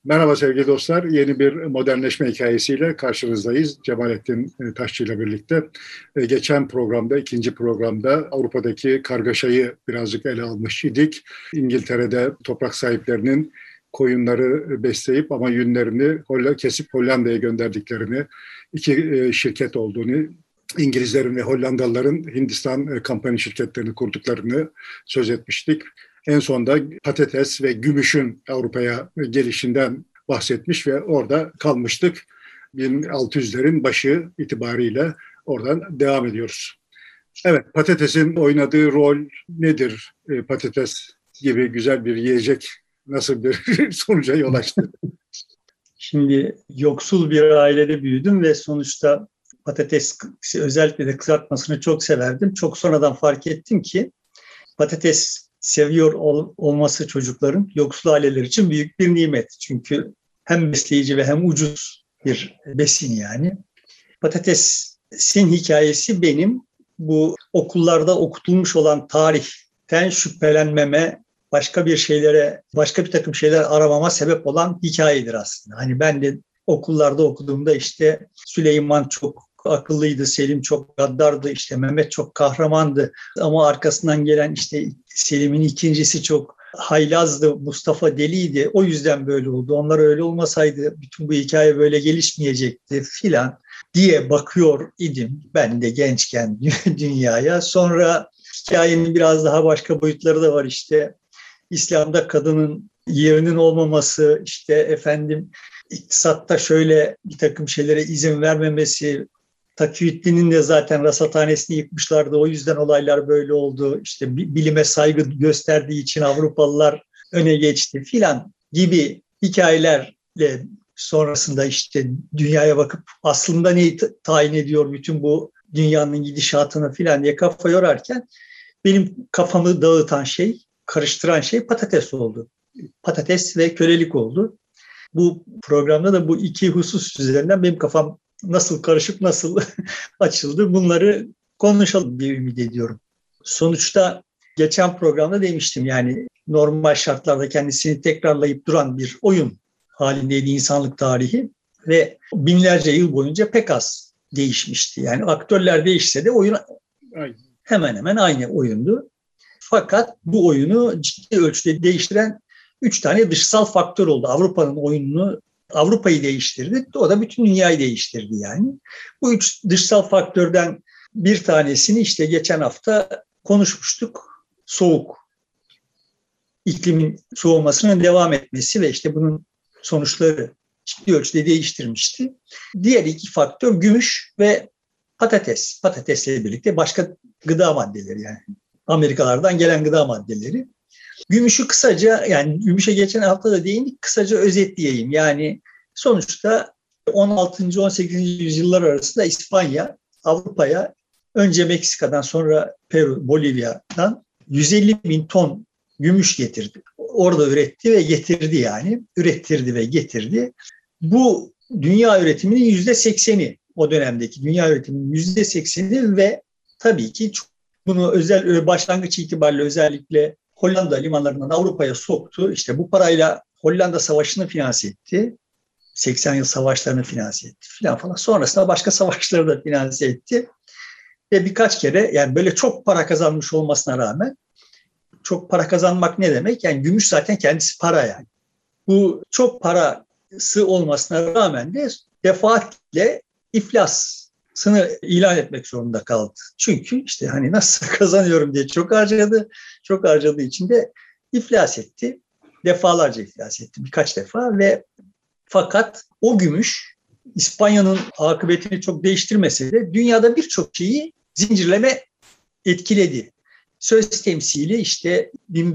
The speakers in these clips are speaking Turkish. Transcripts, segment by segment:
Merhaba sevgili dostlar. Yeni bir modernleşme hikayesiyle karşınızdayız. Cemalettin Taşçı ile birlikte. Geçen programda, ikinci programda Avrupa'daki kargaşayı birazcık ele almış idik. İngiltere'de toprak sahiplerinin koyunları besleyip ama yünlerini kesip Hollanda'ya gönderdiklerini, iki şirket olduğunu, İngilizlerin ve Hollandalıların Hindistan kampanya şirketlerini kurduklarını söz etmiştik. En sonda patates ve gümüşün Avrupa'ya gelişinden bahsetmiş ve orada kalmıştık. 1600'lerin başı itibariyle oradan devam ediyoruz. Evet, patatesin oynadığı rol nedir? Patates gibi güzel bir yiyecek nasıl bir sonuca yol açtı? Şimdi yoksul bir ailede büyüdüm ve sonuçta patates, özellikle de kızartmasını çok severdim. Çok sonradan fark ettim ki patates seviyor olması çocukların yoksul aileler için büyük bir nimet. Çünkü hem besleyici ve hem ucuz bir besin yani. Patatesin hikayesi benim bu okullarda okutulmuş olan tarihten şüphelenmeme, başka bir takım şeyler aramama sebep olan hikayedir aslında. Hani ben de okullarda okuduğumda işte Süleyman çok akıllıydı, Selim çok gaddardı, işte Mehmet çok kahramandı ama arkasından gelen işte Selim'in ikincisi çok haylazdı, Mustafa deliydi. O yüzden böyle oldu. Onlar öyle olmasaydı bütün bu hikaye böyle gelişmeyecekti filan diye bakıyor idim ben de gençken dünyaya. Sonra hikayenin biraz daha başka boyutları da var işte. İslam'da kadının yerinin olmaması, işte iktisatta şöyle bir takım şeylere izin vermemesi, Takiyüddin'in de zaten rasathanesini yıkmışlardı. O yüzden olaylar böyle oldu. İşte bilime saygı gösterdiği için Avrupalılar öne geçti filan gibi hikayelerle sonrasında işte dünyaya bakıp aslında neyi tayin ediyor bütün bu dünyanın gidişatını filan diye kafa yorarken benim kafamı dağıtan şey, karıştıran şey patates oldu. Patates ve kölelik oldu. Bu programda da bu iki husus üzerinden benim kafam nasıl karışıp nasıl açıldı bunları konuşalım diye ümit ediyorum. Sonuçta geçen programda demiştim yani normal şartlarda kendisini tekrarlayıp duran bir oyun halindeydi insanlık tarihi ve binlerce yıl boyunca pek az değişmişti. Yani aktörler değişse de oyun hemen hemen aynı oyundu. Fakat bu oyunu ciddi ölçüde değiştiren 3 tane dışsal faktör oldu. Avrupa'yı değiştirdi. O da bütün dünyayı değiştirdi yani. Bu 3 dışsal faktörden bir tanesini işte geçen hafta konuşmuştuk. Soğuk. İklimin soğumasının devam etmesi ve işte bunun sonuçları ciddi ölçüde değiştirmişti. Diğer iki faktör gümüş ve patates. Patatesle birlikte başka gıda maddeleri yani. Amerikalardan gelen gıda maddeleri. Gümüşü kısaca, yani gümüşe geçen hafta da değindik, kısaca özetleyeyim. Yani sonuçta 16. 18. yüzyıllar arasında İspanya Avrupa'ya önce Meksika'dan sonra Peru, Bolivya'dan 150 bin ton gümüş getirdi. Orada üretti ve getirdi yani. Ürettirdi ve getirdi. Bu dünya üretiminin %80'i, o dönemdeki dünya üretiminin %80'i ve tabii ki bunu başlangıç itibariyle özellikle Hollanda limanlarından Avrupa'ya soktu. İşte bu parayla Hollanda Savaşı'nı finanse etti. 80 yıl savaşlarını finanse etti falan. Sonrasında başka savaşları da finanse etti. Ve birkaç kere yani böyle çok para kazanmış olmasına rağmen, çok para kazanmak ne demek? Yani gümüş zaten kendisi para yani. Bu çok parası olmasına rağmen de defaatle iflasını ilan etmek zorunda kaldı. Çünkü işte hani nasıl kazanıyorum diye çok harcadı. Çok harcadığı için de iflas etti. Defalarca iflas etti. Birkaç defa ve fakat o gümüş İspanya'nın akıbetini çok değiştirmese de dünyada birçok şeyi zincirleme etkiledi. Söz temsili işte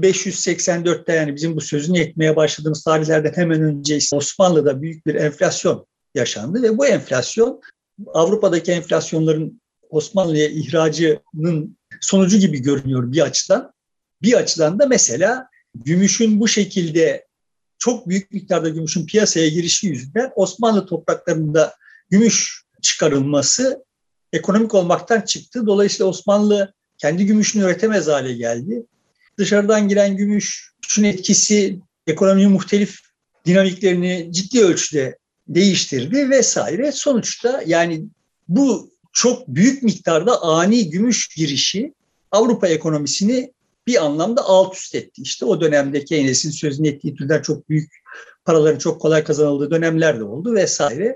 1584'te yani bizim bu sözünü etmeye başladığımız tarihlerden hemen önce Osmanlı'da büyük bir enflasyon yaşandı ve bu enflasyon Avrupa'daki enflasyonların Osmanlı'ya ihracının sonucu gibi görünüyor bir açıdan. Bir açıdan da mesela gümüşün bu şekilde çok büyük miktarda gümüşün piyasaya girişi yüzünden Osmanlı topraklarında gümüş çıkarılması ekonomik olmaktan çıktı. Dolayısıyla Osmanlı kendi gümüşünü üretemez hale geldi. Dışarıdan giren gümüşün etkisi ekonomiyi muhtelif dinamiklerini ciddi ölçüde değiştirdi vesaire. Sonuçta yani bu çok büyük miktarda ani gümüş girişi Avrupa ekonomisini bir anlamda alt üst etti. İşte o dönemde Keynes'in sözünü ettiği türden çok büyük paraların çok kolay kazanıldığı dönemler de oldu vesaire.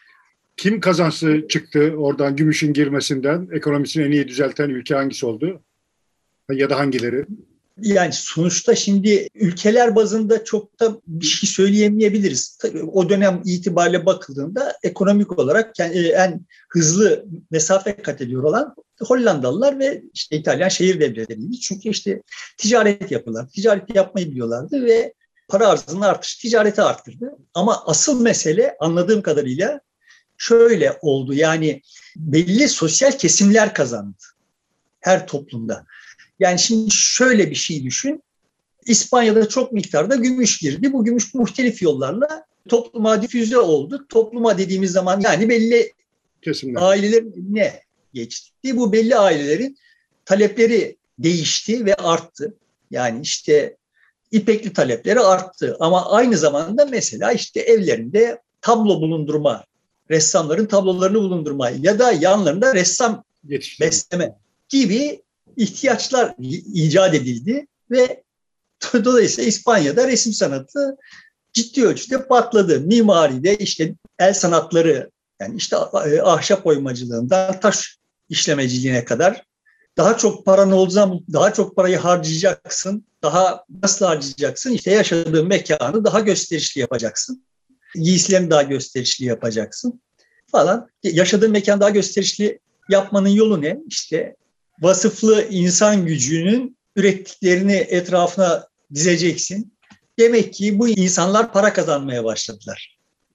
Kim kazançlı çıktı oradan gümüşün girmesinden? Ekonomisini en iyi düzelten ülke hangisi oldu? Ya da hangileri? Yani sonuçta şimdi ülkeler bazında çok da bir şey söyleyemeyebiliriz. Tabii o dönem itibariyle bakıldığında ekonomik olarak en hızlı mesafe kat ediyor olan Hollandalılar ve işte İtalyan şehir devletleriydi. Çünkü işte ticaret yapıyorlar. Ticaret yapmayı biliyorlardı ve para arzının artışı ticareti arttırdı. Ama asıl mesele anladığım kadarıyla şöyle oldu. Yani belli sosyal kesimler kazandı her toplumda. Yani şimdi şöyle bir şey düşün. İspanya'da çok miktarda gümüş girdi. Bu gümüş muhtelif yollarla topluma difüze oldu. Topluma dediğimiz zaman yani belli Kesinlikle. ailelerin eline geçti. Bu belli ailelerin talepleri değişti ve arttı. Yani işte İpekli talepleri arttı. Ama aynı zamanda mesela işte evlerinde tablo bulundurma, ressamların tablolarını bulundurma ya da yanlarında ressam besleme gibi ihtiyaçlar icat edildi ve dolayısıyla İspanya'da resim sanatı ciddi ölçüde patladı. Mimaride işte el sanatları yani işte ahşap oymacılığından taş işlemeciliğine kadar daha çok paran olduğu zaman daha çok parayı harcayacaksın. Daha nasıl harcayacaksın? İşte yaşadığın mekanı daha gösterişli yapacaksın. Giysilerini daha gösterişli yapacaksın falan. Yaşadığın mekanı daha gösterişli yapmanın yolu ne? İşte vasıflı insan gücünün ürettiklerini etrafına dizeceksin. Demek ki bu insanlar para kazanmaya başladılar.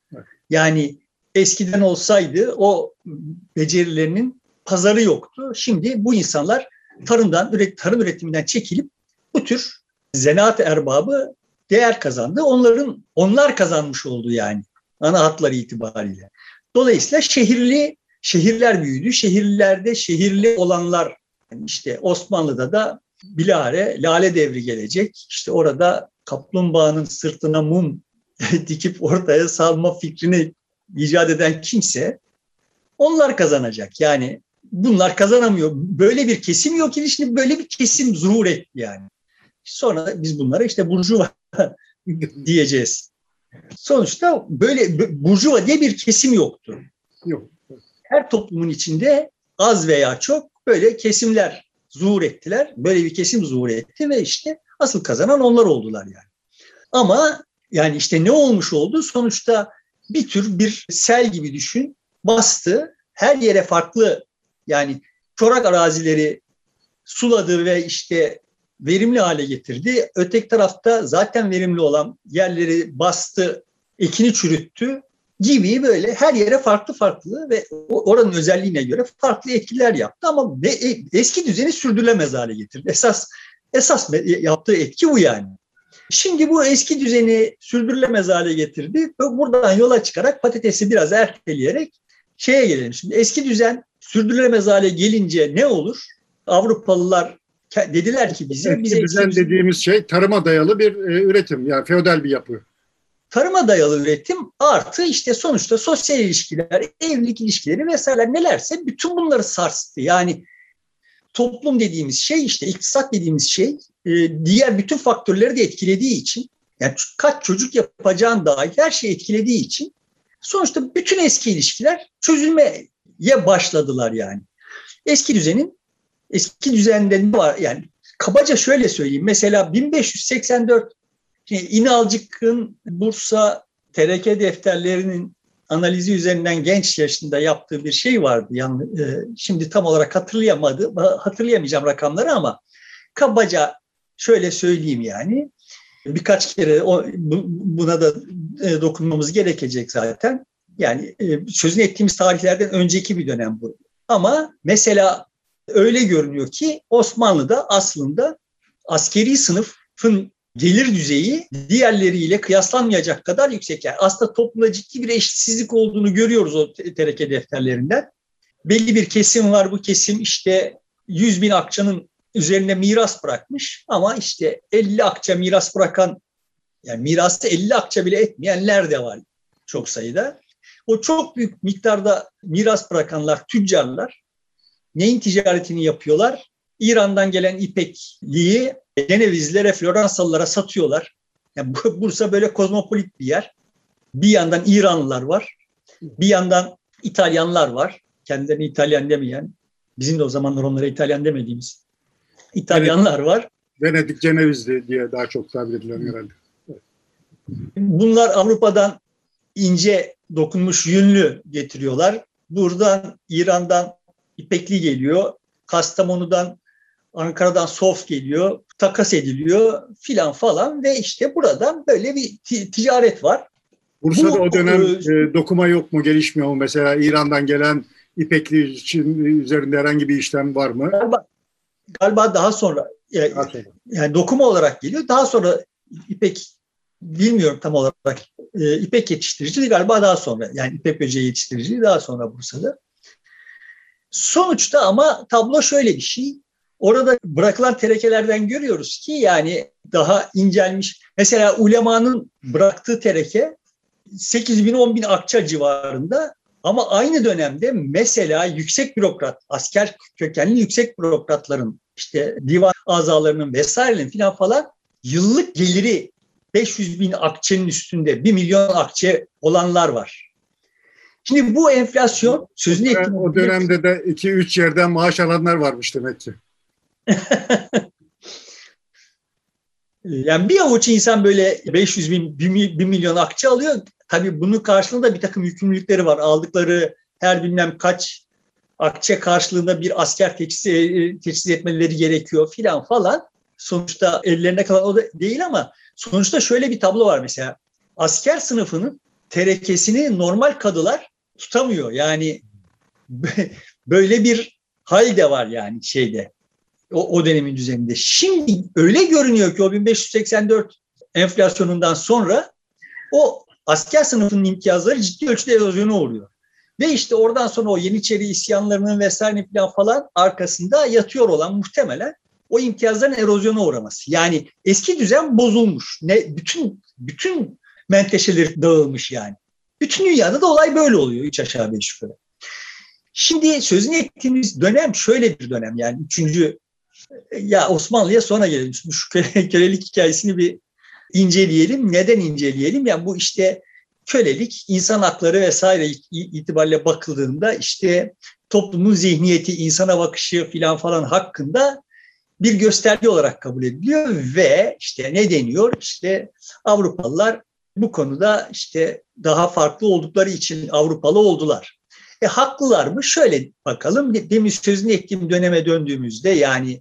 Yani eskiden olsaydı o becerilerinin pazarı yoktu. Şimdi bu insanlar tarım üretiminden çekilip bu tür zanaat erbabı değer kazandı. Onlar kazanmış oldu yani ana hatları itibariyle. Dolayısıyla şehirler büyüdü. Şehirlerde şehirli olanlar yani işte Osmanlı'da da bilahare Lale Devri gelecek. İşte orada kaplumbağanın sırtına mum dikip ortaya salma fikrini icat eden kimse onlar kazanacak. Yani bunlar kazanamıyor. Böyle bir kesim yok ki şimdi böyle bir kesim zuhur etti yani. Sonra biz bunlara işte burjuva diyeceğiz. Sonuçta böyle burjuva diye bir kesim yoktu. Yok. Her toplumun içinde az veya çok böyle kesimler zuhur ettiler. Böyle bir kesim zuhur etti ve işte asıl kazanan onlar oldular yani. Ama yani işte ne olmuş oldu? Sonuçta bir sel gibi düşün. Bastı. Her yere farklı yani çorak arazileri suladı ve işte verimli hale getirdi. Öteki tarafta zaten verimli olan yerleri bastı, ekini çürüttü gibi böyle her yere farklı ve oranın özelliğine göre farklı etkiler yaptı ama eski düzeni sürdürülemez hale getirdi. Esas yaptığı etki bu yani. Şimdi bu eski düzeni sürdürülemez hale getirdi. Buradan yola çıkarak patatesi biraz erteleyerek şeye gelelim. Şimdi eski düzen sürdürülemez hale gelince ne olur? Avrupalılar dediler ki bize... Eski düzen dediğimiz şey tarıma dayalı bir üretim. Yani feodal bir yapı. Tarıma dayalı üretim artı işte sonuçta sosyal ilişkiler, evlilik ilişkileri vesaire nelerse bütün bunları sarstı. Yani toplum dediğimiz şey işte iktisat dediğimiz şey diğer bütün faktörleri de etkilediği için yani kaç çocuk yapacağın dahil her şeyi etkilediği için sonuçta bütün eski ilişkiler çözülmeye başladılar yani. Eski düzende ne var? Yani kabaca şöyle söyleyeyim. Mesela 1584 İnalcık'ın Bursa TRK defterlerinin analizi üzerinden genç yaşında yaptığı bir şey vardı. Yani, şimdi tam olarak hatırlayamayacağım rakamları ama kabaca şöyle söyleyeyim yani. Birkaç kere buna da dokunmamız gerekecek zaten. Yani sözünü ettiğimiz tarihlerden önceki bir dönem bu. Ama mesela öyle görünüyor ki Osmanlı'da aslında askeri sınıfın gelir düzeyi diğerleriyle kıyaslanmayacak kadar yüksek. Yani aslında toplumda ciddi bir eşitsizlik olduğunu görüyoruz o TRK defterlerinden. Belli bir kesim var, bu kesim işte 100.000 akçanın üzerine miras bırakmış ama işte 50 akça miras bırakan Yani mirası 50 akçe bile etmeyenler de var çok sayıda. O çok büyük miktarda miras bırakanlar, tüccarlar neyin ticaretini yapıyorlar? İran'dan gelen ipekliği Cenevizlilere, Floransalılara satıyorlar. Yani Bursa böyle kozmopolit bir yer. Bir yandan İranlılar var, bir yandan İtalyanlar var. Kendilerini İtalyan demeyen, bizim de o zamanlar onlara İtalyan demediğimiz İtalyanlar var. Venedik Cenevizli diye daha çok tabir edilen herhalde. Bunlar Avrupa'dan ince dokunmuş yünlü getiriyorlar. Buradan İran'dan ipekli geliyor. Kastamonu'dan, Ankara'dan sof geliyor. Takas ediliyor filan falan ve işte buradan böyle bir ticaret var. Bursa'da o dönem dokuma yok mu, gelişmiyor mu? Mesela İran'dan gelen ipekli için üzerinde herhangi bir işlem var mı? Galiba daha sonra, yani dokuma olarak geliyor. Daha sonra ipek, bilmiyorum tam olarak, ipek yetiştiriciliği galiba daha sonra. Yani ipek böceği yetiştiriciliği daha sonra Bursa'da. Sonuçta ama tablo şöyle bir şey. Orada bırakılan terekelerden görüyoruz ki yani daha incelmiş. Mesela ulemanın bıraktığı tereke 8.000-10.000 akça civarında, ama aynı dönemde mesela yüksek bürokrat, asker kökenli yüksek bürokratların, işte divan azalarının vesairenin falan yıllık geliri 500.000 akçenin üstünde, 1 milyon akçe olanlar var. Şimdi bu enflasyon sözünü ettiğim... O dönemde de 2-3 yerden maaş alanlar varmış demek ki. Yani bir avuç insan böyle 500.000, 1 milyon akçe alıyor. Tabii bunun karşılığında bir takım yükümlülükleri var. Aldıkları her bilmem kaç akçe karşılığında bir asker teçhiz etmeleri gerekiyor falan. Sonuçta ellerine kalan o da değil, ama sonuçta şöyle bir tablo var mesela. Asker sınıfının terekesini normal kadılar tutamıyor. Yani böyle bir hal de var yani şeyde. O dönemin düzeninde. Şimdi öyle görünüyor ki o 1584 enflasyonundan sonra o asker sınıfının imtiyazları ciddi ölçüde erozyona uğruyor. Ve işte oradan sonra o Yeniçeri isyanlarının vesaire falan arkasında yatıyor olan muhtemelen o imtiyazların erozyona uğraması. Yani eski düzen bozulmuş. Bütün menteşeleri dağılmış yani. Bütün dünyada da olay böyle oluyor, 3 aşağı 5 yukarı. Şimdi sözünü ettiğimiz dönem şöyle bir dönem, yani 3. Ya Osmanlı'ya sonra gelelim. Şu kölelik hikayesini bir inceleyelim. Neden inceleyelim? Yani bu işte kölelik, insan hakları vesaire itibariyle bakıldığında işte toplumun zihniyeti, insana bakışı falan hakkında bir gösterge olarak kabul ediliyor ve işte ne deniyor? İşte Avrupalılar bu konuda işte daha farklı oldukları için Avrupalı oldular. Haklılar mı? Şöyle bakalım. Demin sözünü ettiğim döneme döndüğümüzde, yani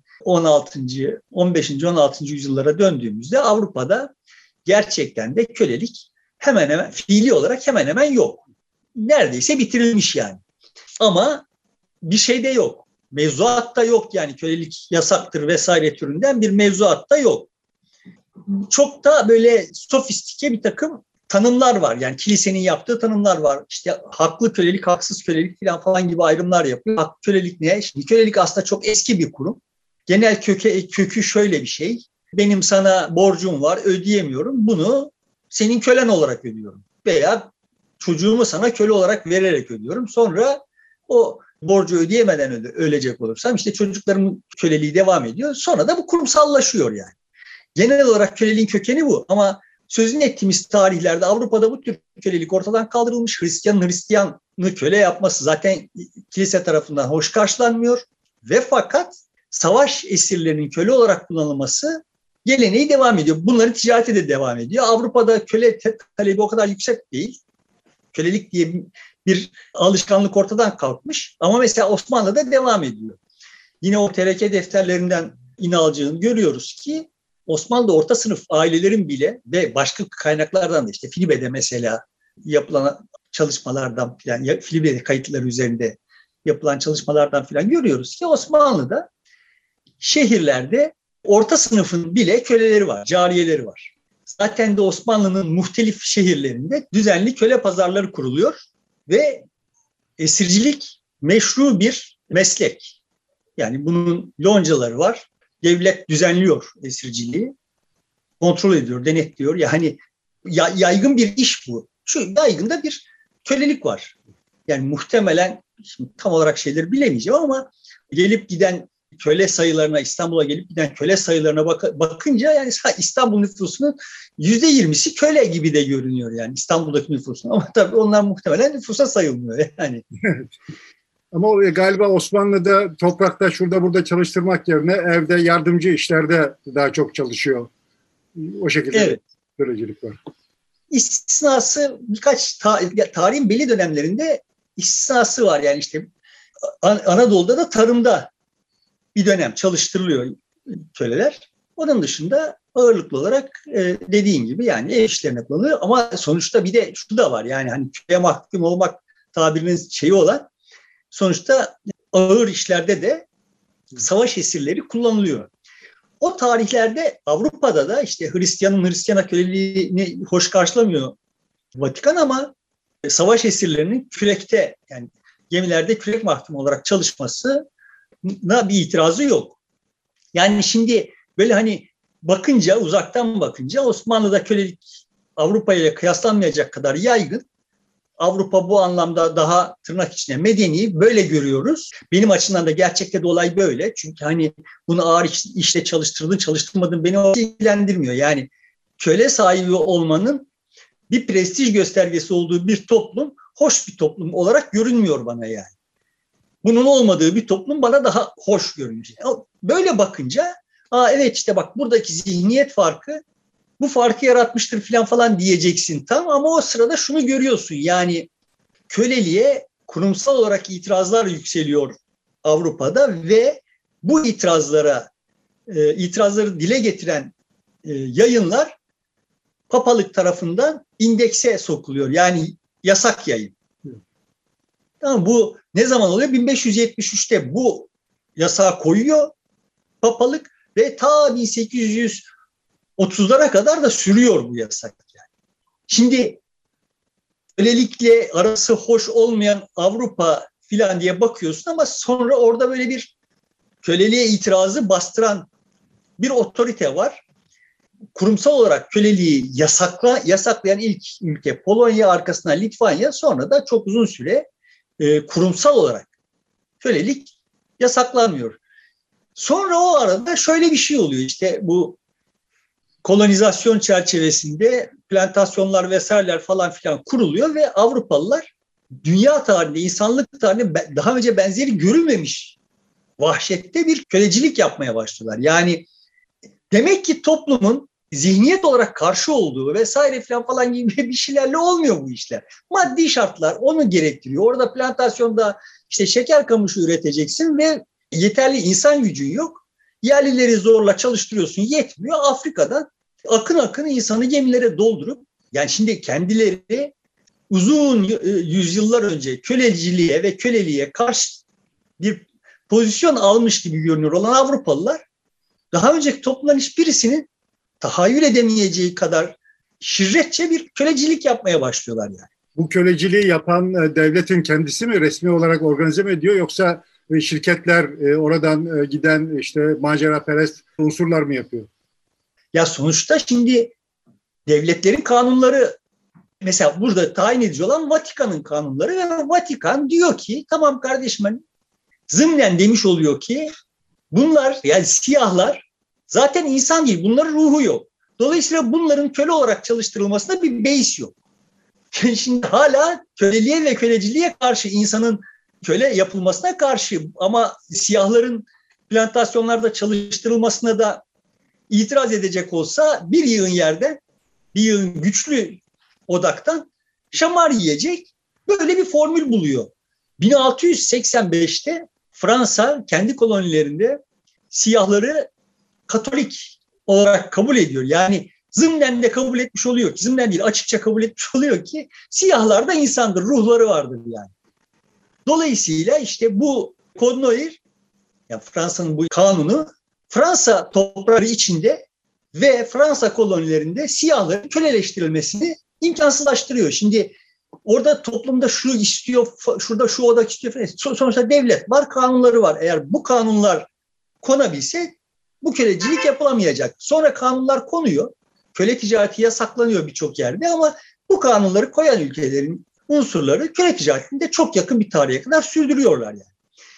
15. 16. yüzyıllara döndüğümüzde Avrupa'da gerçekten de kölelik hemen hemen fiili olarak hemen hemen yok. Neredeyse bitirilmiş yani. Ama bir şey de yok. Mevzuat da yok, yani kölelik yasaktır vesaire türünden bir mevzuat da yok. Çok da böyle sofistike bir takım tanımlar var. Yani kilisenin yaptığı tanımlar var. İşte haklı kölelik, haksız kölelik falan gibi ayrımlar yapıyor. Haklı kölelik ne? Şimdi kölelik aslında çok eski bir kurum. Genel kökü şöyle bir şey. Benim sana borcum var, ödeyemiyorum. Bunu senin kölen olarak ödüyorum. Veya çocuğumu sana köle olarak vererek ödüyorum. Sonra o borcu ödeyemeden ölecek olursam işte çocuklarımın köleliği devam ediyor. Sonra da bu kurumsallaşıyor yani. Genel olarak köleliğin kökeni bu. Ama sözünü ettiğimiz tarihlerde Avrupa'da bu tür kölelik ortadan kaldırılmış. Hristiyanı köle yapması zaten kilise tarafından hoş karşılanmıyor. Ve fakat savaş esirlerinin köle olarak kullanılması geleneği devam ediyor. Bunların ticareti de devam ediyor. Avrupa'da köle talebi o kadar yüksek değil. Kölelik diye bir alışkanlık ortadan kalkmış. Ama mesela Osmanlı'da devam ediyor. Yine o tereke defterlerinden İnalcık'ın görüyoruz ki Osmanlı'da orta sınıf ailelerin bile ve başka kaynaklardan da, işte Filibe'de mesela yapılan çalışmalardan filan, Filibe kayıtları üzerinde yapılan çalışmalardan filan görüyoruz ki Osmanlı'da şehirlerde orta sınıfın bile köleleri var, cariyeleri var. Zaten de Osmanlı'nın muhtelif şehirlerinde düzenli köle pazarları kuruluyor ve esircilik meşru bir meslek. Yani bunun loncaları var. Devlet düzenliyor esirciliği. kontrol ediyor, denetliyor. Yani yaygın bir iş bu. Şu yaygında bir kölelik var. Yani muhtemelen şimdi tam olarak şeyleri bilemeyeceğim ama gelip giden köle sayılarına, İstanbul'a gelip giden köle sayılarına bakınca yani İstanbul nüfusunun %20'si köle gibi de görünüyor yani İstanbul'daki nüfusun. Ama tabii onlar muhtemelen nüfusa sayılmıyor yani. Ama galiba Osmanlı'da toprakta şurada burada çalıştırmak yerine evde yardımcı işlerde daha çok çalışıyor. O şekilde kölecilik var. İstisnası birkaç tarihin belli dönemlerinde istisnası var. Yani işte Anadolu'da da tarımda bir dönem çalıştırılıyor köleler. Onun dışında ağırlıklı olarak dediğin gibi yani ev işlerine kullanılıyor. Ama sonuçta bir de şu da var yani hani köye mahkum olmak tabirinin şeyi olan sonuçta ağır işlerde de savaş esirleri kullanılıyor. O tarihlerde Avrupa'da da işte Hristiyan'a köleliğini hoş karşılamıyor Vatikan ama savaş esirlerinin kürekte yani gemilerde kürek mahkumu olarak çalışmasına bir itirazı yok. Yani şimdi böyle hani bakınca uzaktan bakınca Osmanlı'da kölelik Avrupa ile kıyaslanmayacak kadar yaygın. Avrupa bu anlamda daha tırnak içinde medeni böyle görüyoruz. Benim açımdan da gerçekte de olay böyle. Çünkü hani bunu ağır işte çalıştırmadığın beni ilgilendirmiyor. Yani köle sahibi olmanın bir prestij göstergesi olduğu bir toplum hoş bir toplum olarak görünmüyor bana yani. Bunun olmadığı bir toplum bana daha hoş görünüyor. Böyle bakınca evet işte bak buradaki zihniyet farkı bu farkı yaratmıştır falan diyeceksin tam ama o sırada şunu görüyorsun yani köleliğe kurumsal olarak itirazlar yükseliyor Avrupa'da ve bu itirazları dile getiren yayınlar papalık tarafından indekse sokuluyor yani yasak yayın. Tamam, bu ne zaman oluyor? 1573'te bu yasağı koyuyor papalık ve ta 1830'lara kadar da sürüyor bu yasak. Yani. Şimdi kölelikle arası hoş olmayan Avrupa filan diye bakıyorsun ama sonra orada böyle bir köleliğe itirazı bastıran bir otorite var. Kurumsal olarak köleliği yasaklayan ilk ülke Polonya, arkasından Litvanya, sonra da çok uzun süre kurumsal olarak kölelik yasaklanmıyor. Sonra o arada şöyle bir şey oluyor işte bu kolonizasyon çerçevesinde plantasyonlar vesaireler falan filan kuruluyor ve Avrupalılar dünya tarihinde, insanlık tarihinde daha önce benzeri görülmemiş vahşette bir kölecilik yapmaya başlıyorlar. Yani demek ki toplumun zihniyet olarak karşı olduğu vesaire falan gibi bir şeylerle olmuyor bu işler. Maddi şartlar onu gerektiriyor. Orada plantasyonda işte şeker kamışı üreteceksin ve yeterli insan gücün yok. Yerlileri zorla çalıştırıyorsun, yetmiyor. Afrika'dan akın insanı gemilere doldurup yani şimdi kendileri uzun yüzyıllar önce köleciliğe ve köleliğe karşı bir pozisyon almış gibi görünüyor olan Avrupalılar daha önceki toplumların hiçbirisinin tahayyül edemeyeceği kadar şirretçe bir kölecilik yapmaya başlıyorlar yani. Bu köleciliği yapan devletin kendisi mi resmi olarak organize mi ediyor yoksa şirketler oradan giden işte maceraperest unsurlar mı yapıyor? Ya sonuçta şimdi devletlerin kanunları mesela burada tayin edici olan Vatikan'ın kanunları ve Vatikan diyor ki tamam kardeşim zımnen demiş oluyor ki bunlar yani siyahlar zaten insan değil bunların ruhu yok. Dolayısıyla bunların köle olarak çalıştırılmasında bir beis yok. Şimdi hala köleliğe ve köleciliğe karşı insanın köle yapılmasına karşı ama siyahların plantasyonlarda çalıştırılmasına da itiraz edecek olsa bir yığın yerden bir yığın güçlü odaktan şamar yiyecek böyle bir formül buluyor. 1685'te Fransa kendi kolonilerinde siyahları Katolik olarak kabul ediyor. Yani zımnen de kabul etmiş oluyor ki, zımnen değil açıkça kabul etmiş oluyor ki siyahlar da insandır, ruhları vardır yani. Dolayısıyla işte bu Code yani Fransa'nın bu kanunu Fransa toprakları içinde ve Fransa kolonilerinde siyahların köleleştirilmesini imkansızlaştırıyor. Şimdi orada toplumda şu istiyor, şurada şu odak istiyor falan. Sonuçta devlet var, kanunları var. Eğer bu kanunlar konabilse bu kölecilik yapılamayacak. Sonra kanunlar konuyor. köle ticareti yasaklanıyor birçok yerde ama bu kanunları koyan ülkelerin unsurları köle ticaretinde çok yakın bir tarihe kadar sürdürüyorlar yani.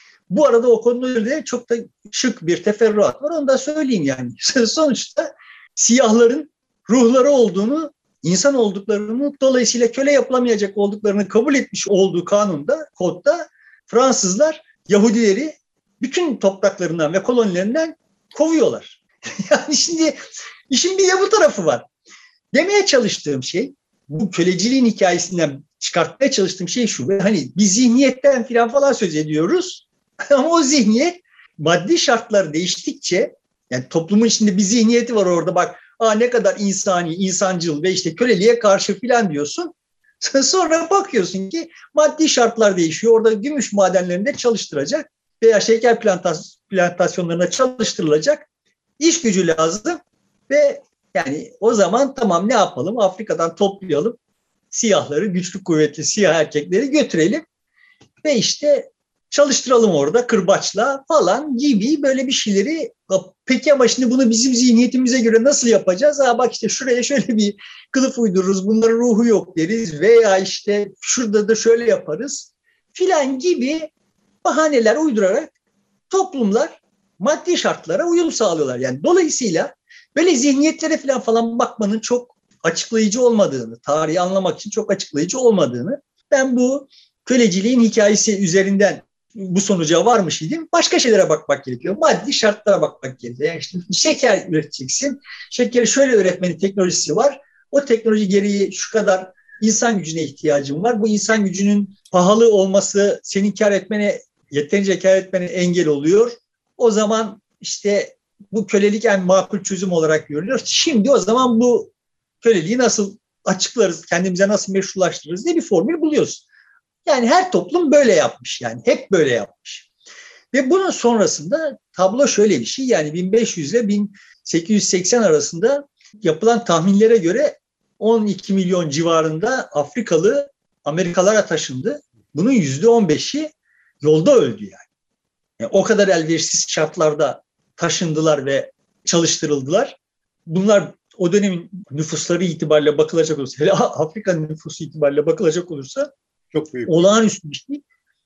Bu arada o konuda çok da şık bir teferruat var. Onu da söyleyeyim yani. Sonuçta siyahların ruhları olduğunu, insan olduklarını, dolayısıyla köle yapılamayacak olduklarını kabul etmiş olduğu kanunda, kodda Fransızlar Yahudileri bütün topraklarından ve kolonilerinden kovuyorlar. Yani şimdi işin bir de bu tarafı var. Demeye çalıştığım şey, bu köleciliğin hikayesinden çıkartmaya çalıştığım şey şu. Hani bir zihniyetten falan söz ediyoruz. Ama o zihniyet maddi şartlar değiştikçe, yani toplumun içinde bir zihniyeti var orada, bak ne kadar insani, insancıl ve işte köleliğe karşı falan diyorsun. Sonra bakıyorsun ki maddi şartlar değişiyor. Orada gümüş madenlerinde çalıştıracak veya şeker plantasyonlarına çalıştırılacak iş gücü lazım ve yani o zaman tamam, ne yapalım? Afrika'dan toplayalım siyahları, güçlü kuvvetli siyah erkekleri götürelim ve işte çalıştıralım orada kırbaçla falan gibi böyle bir şeyleri. Peki ama şimdi bunu bizim zihniyetimize göre nasıl yapacağız? Bak işte şuraya şöyle bir kılıf uydururuz, bunların ruhu yok deriz veya işte şurada da şöyle yaparız filan gibi bahaneler uydurarak toplumlar maddi şartlara uyum sağlıyorlar. Yani dolayısıyla böyle zihniyetlere falan bakmanın çok açıklayıcı olmadığını, tarihi anlamak için çok açıklayıcı olmadığını, ben bu köleciliğin hikayesi üzerinden bu sonuca varmış idim. Başka şeylere bakmak gerekiyor. Maddi şartlara bakmak gerekiyor. Yani işte şeker üreteceksin. Şekeri şöyle üretmenin teknolojisi var. O teknoloji gereği şu kadar insan gücüne ihtiyacın var. Bu insan gücünün pahalı olması senin yeterince kar etmene engel oluyor. O zaman işte bu kölelik en makul çözüm olarak görülüyor. Şimdi o zaman bu köleliği nasıl açıklarız, kendimize nasıl meşrulaştırırız diye bir formül buluyoruz. Yani her toplum böyle yapmış, yani hep böyle yapmış. Ve bunun sonrasında tablo şöyle bir şey, yani 1500 ile 1880 arasında yapılan tahminlere göre 12 milyon civarında Afrikalı Amerikalara taşındı. Bunun %15'i yolda öldü yani. Yani o kadar elverişsiz şartlarda taşındılar ve çalıştırıldılar. Bunlar o dönemin nüfusları itibariyle bakılacak olursa, hele Afrika'nın nüfusu itibariyle bakılacak olursa çok büyük, olağanüstü bir şey.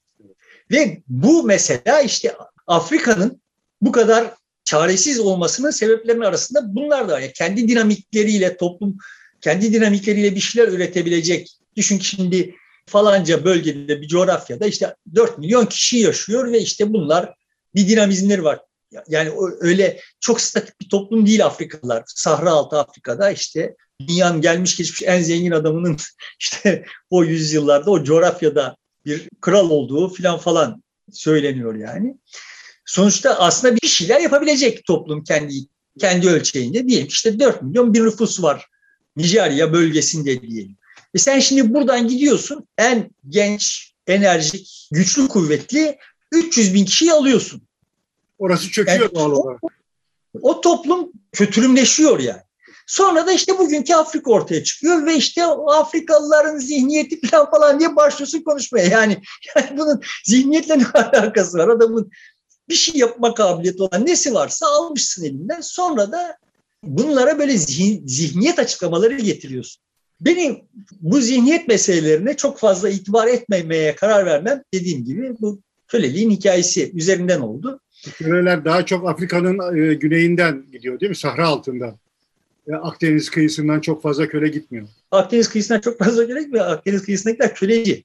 Ve bu mesela işte Afrika'nın bu kadar çaresiz olmasının sebeplerinin arasında bunlar da var. Yani kendi dinamikleriyle, toplum kendi dinamikleriyle bir şeyler üretebilecek. Düşün ki şimdi falanca bölgede, bir coğrafyada işte 4 milyon kişi yaşıyor ve işte bunlar bir dinamizmleri var. Yani öyle çok statik bir toplum değil Afrikalılar. Sahra altı Afrika'da işte dünyanın gelmiş geçmiş en zengin adamının işte o yüzyıllarda o coğrafyada bir kral olduğu falan söyleniyor yani. Sonuçta aslında bir şeyler yapabilecek toplum kendi ölçeğinde. Diyelim ki işte 4 milyon bir nüfus var Nijerya bölgesinde diyelim. Sen şimdi buradan gidiyorsun, en genç, enerjik, güçlü, kuvvetli 300 bin kişiyi alıyorsun. Orası çöküyor doğal olarak. O toplum kötürümleşiyor yani. Sonra da işte bugünkü Afrika ortaya çıkıyor ve işte Afrikalıların zihniyeti falan diye başlıyorsun konuşmaya. Yani bunun zihniyetle ne alakası var? Adamın bir şey yapma kabiliyeti olan nesi varsa almışsın elinden. Sonra da bunlara böyle zihniyet açıklamaları getiriyorsun. Benim bu zihniyet meselelerine çok fazla itibar etmemeye karar vermem, dediğim gibi bu köleliğin hikayesi üzerinden oldu. Köleler daha çok Afrika'nın güneyinden gidiyor değil mi? Sahra altında. Akdeniz kıyısından çok fazla köle gitmiyor. Akdeniz kıyısından çok fazla köle gitmiyor. Akdeniz kıyısındakiler köleci.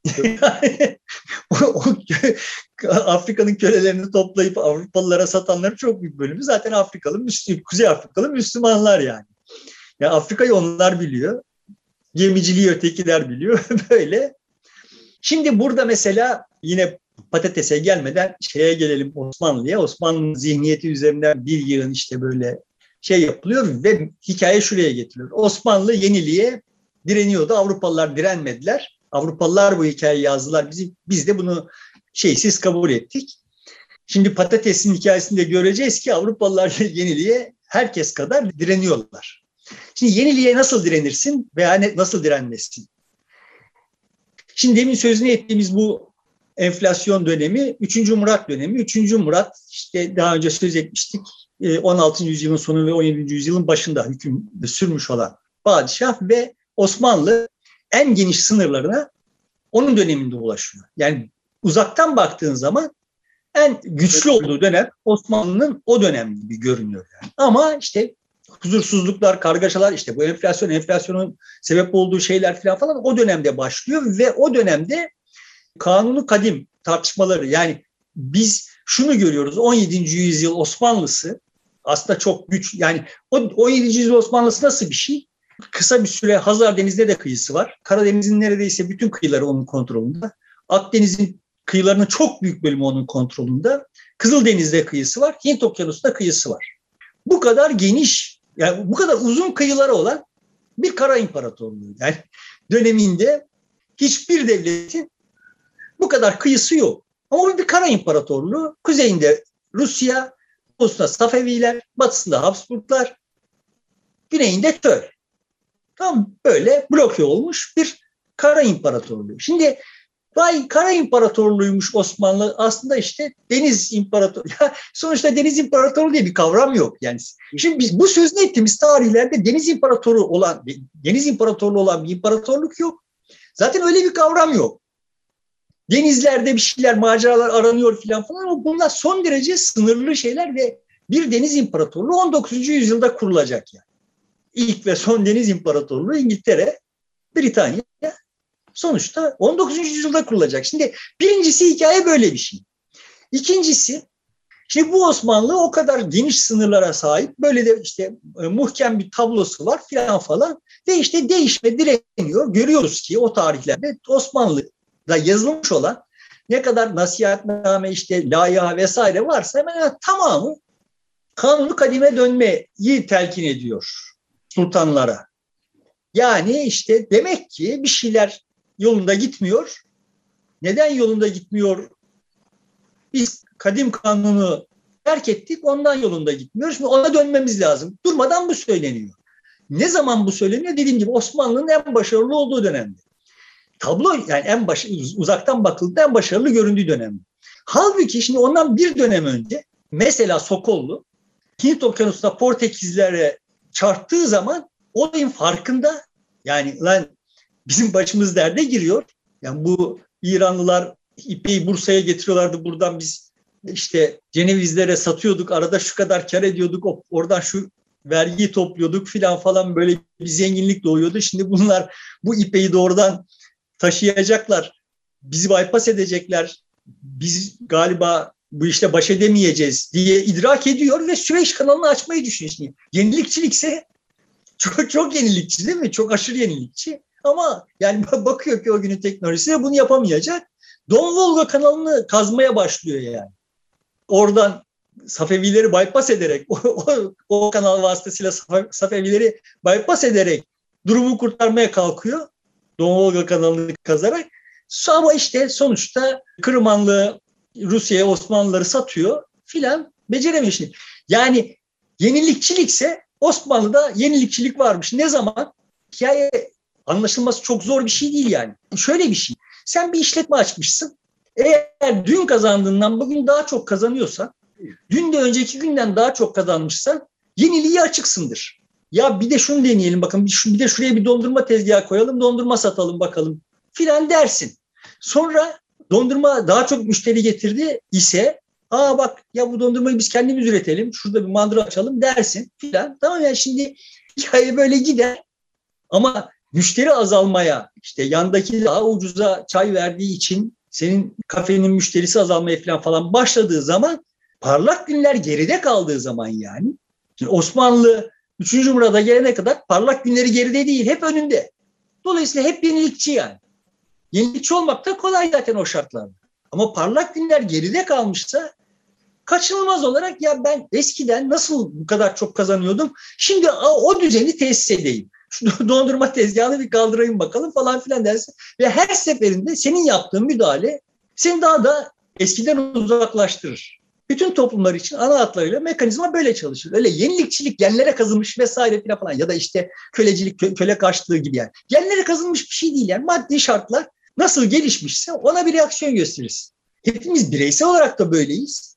Afrika'nın kölelerini toplayıp Avrupalılara satanların çok büyük bölümü zaten Kuzey Afrikalı Müslümanlar yani. Yani Afrika'yı onlar biliyor. Gemiciliği ötekiler biliyor. Böyle. Şimdi burada mesela yine patatese gelmeden şeye gelelim, Osmanlı'ya. Osmanlı'nın zihniyeti üzerinden bir yığın işte böyle yapılıyor ve hikaye şuraya getiriyor. Osmanlı yeniliğe direniyordu. Avrupalılar direnmediler. Avrupalılar bu hikayeyi yazdılar. Biz de bunu şeysiz kabul ettik. Şimdi patatesin hikayesinde göreceğiz ki Avrupalılar yeniliğe herkes kadar direniyorlar. Şimdi yeniliğe nasıl direnirsin veya nasıl direnmezsin? Şimdi demin sözünü ettiğimiz bu enflasyon dönemi, 3. Murat dönemi. 3. Murat işte daha önce söz etmiştik. 16. yüzyılın sonu ve 17. yüzyılın başında hüküm sürmüş olan padişah ve Osmanlı en geniş sınırlarına onun döneminde ulaşıyor. Yani uzaktan baktığın zaman en güçlü olduğu dönem Osmanlı'nın o dönem gibi görünüyor yani. Ama işte huzursuzluklar, kargaşalar, işte bu enflasyonun sebep olduğu şeyler falan o dönemde başlıyor ve o dönemde Kanunu Kadim tartışmaları, yani biz şunu görüyoruz, 17. yüzyıl Osmanlısı aslında çok güç, yani o 17. yüzyıl Osmanlısı nasıl bir şey? Kısa bir süre Hazar Denizi'nde de kıyısı var. Karadeniz'in neredeyse bütün kıyıları onun kontrolünde. Akdeniz'in kıyılarının çok büyük bölümü onun kontrolünde. Kızıldeniz'de kıyısı var. Hint Okyanusu'nda kıyısı var. Bu kadar geniş, yani bu kadar uzun kıyıları olan bir kara imparatorluğu. Yani döneminde hiçbir devletin bu kadar kıyısı yok. Ama bu bir kara imparatorluğu. Kuzeyinde Rusya, doğusunda Safeviler, batısında Habsburglar, güneyinde Tör. Tam böyle bloke olmuş bir kara imparatorluğu. Şimdi vay kara imparatorluğuymuş Osmanlı, aslında işte deniz imparatorluğu. Sonuçta deniz imparatorluğu diye bir kavram yok. Yani şimdi biz bu sözünü ettiğimiz tarihlerde deniz imparatorluğu olan bir imparatorluk yok. Zaten öyle bir kavram yok. Denizlerde bir şeyler, maceralar aranıyor falan ama bunlar son derece sınırlı şeyler ve bir deniz imparatorluğu 19. yüzyılda kurulacak yani. İlk ve son deniz imparatorluğu İngiltere, Britanya sonuçta 19. yüzyılda kurulacak. Şimdi birincisi hikaye böyle bir şey. İkincisi, şimdi bu Osmanlı o kadar geniş sınırlara sahip, böyle de işte muhkem bir tablosu var falan ve işte değişme direniyor. Görüyoruz ki o tarihlerde Osmanlı'da yazılmış olan ne kadar nasihatname, işte layıha vesaire varsa hemen tamamı Kanunu Kadime dönmeyi telkin ediyor sultanlara. Yani işte demek ki bir şeyler yolunda gitmiyor. Neden yolunda gitmiyor? Biz kadim kanunu terk ettik, ondan yolunda gitmiyoruz. Şimdi ona dönmemiz lazım. Durmadan bu söyleniyor. Ne zaman bu söyleniyor? Dediğim gibi Osmanlı'nın en başarılı olduğu dönemde. Tablo yani uzaktan bakıldığında en başarılı göründüğü dönemde. Halbuki şimdi ondan bir dönem önce mesela Sokollu Hint Okyanusu'nda Portekizlere çarptığı zaman olayın farkında. Yani lan bizim başımız derde giriyor. Yani bu İranlılar ipeyi Bursa'ya getiriyorlardı. Buradan biz işte Cenevizlere satıyorduk. Arada şu kadar kar ediyorduk. Oradan şu vergiyi topluyorduk falan böyle bir zenginlik doğuyordu. Şimdi bunlar bu ipeyi doğrudan taşıyacaklar. Bizi bypass edecekler. Biz galiba bu işte baş edemeyeceğiz diye idrak ediyor ve Süveyş kanalını açmayı düşünüyor. Şimdi yenilikçilikse çok yenilikçi değil mi? Çok aşırı yenilikçi. Ama yani bakıyor ki o günün teknolojisiyle bunu yapamayacak. Don Volga kanalını kazmaya başlıyor yani. Oradan Safevileri bypass ederek, o kanal vasıtasıyla Safevileri bypass ederek durumu kurtarmaya kalkıyor. Don Volga kanalını kazarak. Ama işte sonuçta Kırmanlı Rusya'ya Osmanlıları satıyor filan, beceremiyor şimdi. Yani yenilikçilikse Osmanlı'da yenilikçilik varmış. Ne zaman? Hikaye anlaşılması çok zor bir şey değil yani. Şöyle bir şey. Sen bir işletme açmışsın. Eğer dün kazandığından bugün daha çok kazanıyorsan, dün de önceki günden daha çok kazanmışsan yeniliğe açıksındır. Ya bir de şunu deneyelim bakın, bir de şuraya bir dondurma tezgahı koyalım, dondurma satalım bakalım filan dersin. Sonra dondurma daha çok müşteri getirdi ise, bak ya bu dondurmayı biz kendimiz üretelim, şurada bir mandıra açalım dersin filan. Tamam ya, şimdi hikaye böyle gider ama müşteri azalmaya, işte yandaki daha ucuza çay verdiği için senin kafenin müşterisi azalmaya falan başladığı zaman, parlak günler geride kaldığı zaman yani. Şimdi Osmanlı 3. Murat'a gelene kadar parlak günleri geride değil, hep önünde. Dolayısıyla hep yenilikçi yani. Yenilikçi olmak da kolay zaten o şartlarda. Ama parlak günler geride kalmışsa kaçınılmaz olarak ya ben eskiden nasıl bu kadar çok kazanıyordum, şimdi o düzeni tesis edeyim. Şu dondurma tezgahını bir kaldırayım bakalım falan filan dersin. Ve her seferinde senin yaptığın müdahale seni daha da eskiden uzaklaştırır. Bütün toplumlar için ana hatlarıyla mekanizma böyle çalışır. Öyle yenilikçilik, genlere kazınmış vesaire falan ya da işte kölecilik, köle karşılığı gibi yani. Genlere kazınmış bir şey değil yani. Maddi şartlar nasıl gelişmişse ona bir reaksiyon gösteririz. Hepimiz bireysel olarak da böyleyiz.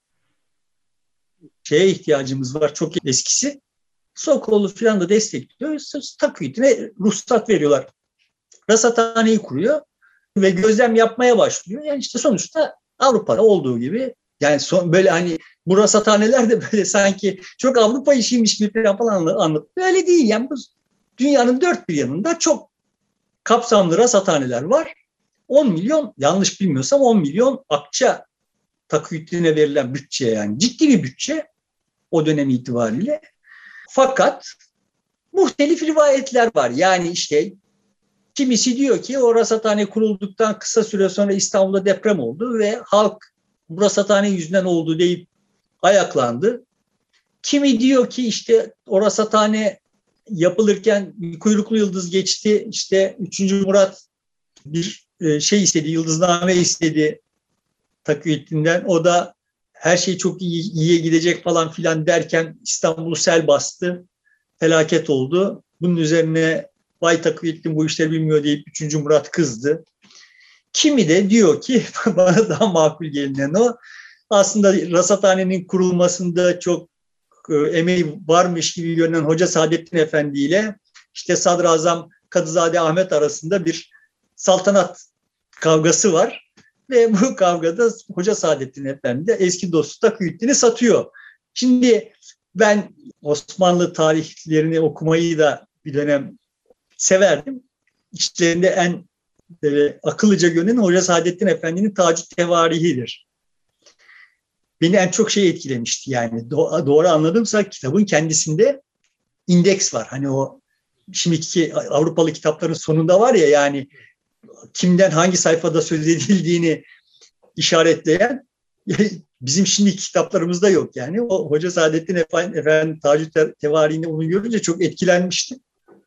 Şeye ihtiyacımız var, çok eskisi. Sokoğlu falan da destekliyor. Takviyetine ruhsat veriyorlar. Rasathaneyi kuruyor ve gözlem yapmaya başlıyor. Yani işte sonuçta Avrupa'da olduğu gibi, yani böyle hani bu rasathaneler de böyle sanki çok Avrupa işiymiş gibi falan anlatıyor. Öyle değil yani, bu dünyanın dört bir yanında çok kapsamlı rasathaneler var. 10 milyon, yanlış bilmiyorsam 10 milyon akça takviyetine verilen bütçe, yani ciddi bir bütçe o dönem itibariyle. Fakat muhtelif rivayetler var. Yani işte kimisi diyor ki o rasathane kurulduktan kısa süre sonra İstanbul'da deprem oldu ve halk bu rasathane yüzünden oldu deyip ayaklandı. Kimi diyor ki işte o rasathane yapılırken kuyruklu yıldız geçti. İşte 3. Murat bir şey istedi, yıldızname istedi Takıyüddin'den. O da her şey çok iyiye gidecek falan filan derken İstanbul'u sel bastı. Felaket oldu. Bunun üzerine vay Takıyüddin bu işleri bilmiyor deyip 3. Murat kızdı. Kimi de diyor ki bana daha makul gelinen o, aslında rasathanenin kurulmasında çok emeği varmış gibi görünen Hoca Saadettin Efendi ile işte Sadrazam Kadızade Ahmet arasında bir saltanat kavgası var. Ve bu kavgada Hoca Saadettin Efendi de eski dostu Takıyüddin'i satıyor. Şimdi ben Osmanlı tarihlerini okumayı da bir dönem severdim. İçlerinde en akıllıca görünen Hoca Saadettin Efendi'nin Tacü Tevarihi'dir. Beni en çok şey etkilemişti yani. Doğru anladımsa kitabın kendisinde indeks var. Hani o şimdiki Avrupalı kitapların sonunda var ya, yani kimden hangi sayfada söz edildiğini işaretleyen, bizim şimdiki kitaplarımızda yok yani. O Hoca Saadettin Efendi Tacü Tevarihi'nde onu görünce çok etkilenmiştim.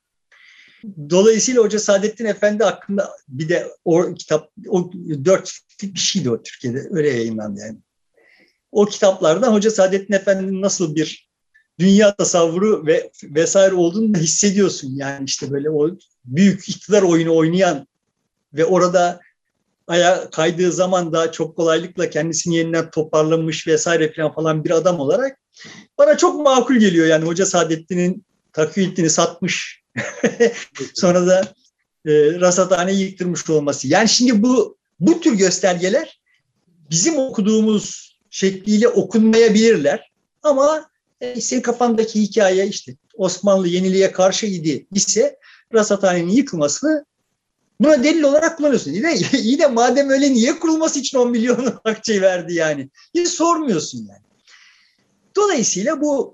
Dolayısıyla Hoca Saadettin Efendi hakkında bir de o kitap, o 4 ciltlik bir şeydi o, Türkiye'de öyle yayınlandı yani. O kitaplardan Hoca Saadettin Efendi'nin nasıl bir dünya tasavvuru ve vesaire olduğunu da hissediyorsun. Yani işte böyle o büyük iktidar oyunu oynayan ve orada ayağa kaydığı zaman da çok kolaylıkla kendisini yeniden toparlamış vesaire falan bir adam olarak bana çok makul geliyor. Yani Hoca Saadettin'in Takıyüddin'i satmış sonra da rasathaneyi yıktırmış olması. Yani şimdi bu tür göstergeler bizim okuduğumuz şekliyle okunmayabilirler. Ama senin kafandaki hikaye işte Osmanlı yeniliğe karşı idi ise rasathanenin yıkılmasını buna delil olarak kullanıyorsun. İyi de madem öyle niye kurulması için 10 milyon akçe verdi yani? Hiç sormuyorsun yani. Dolayısıyla bu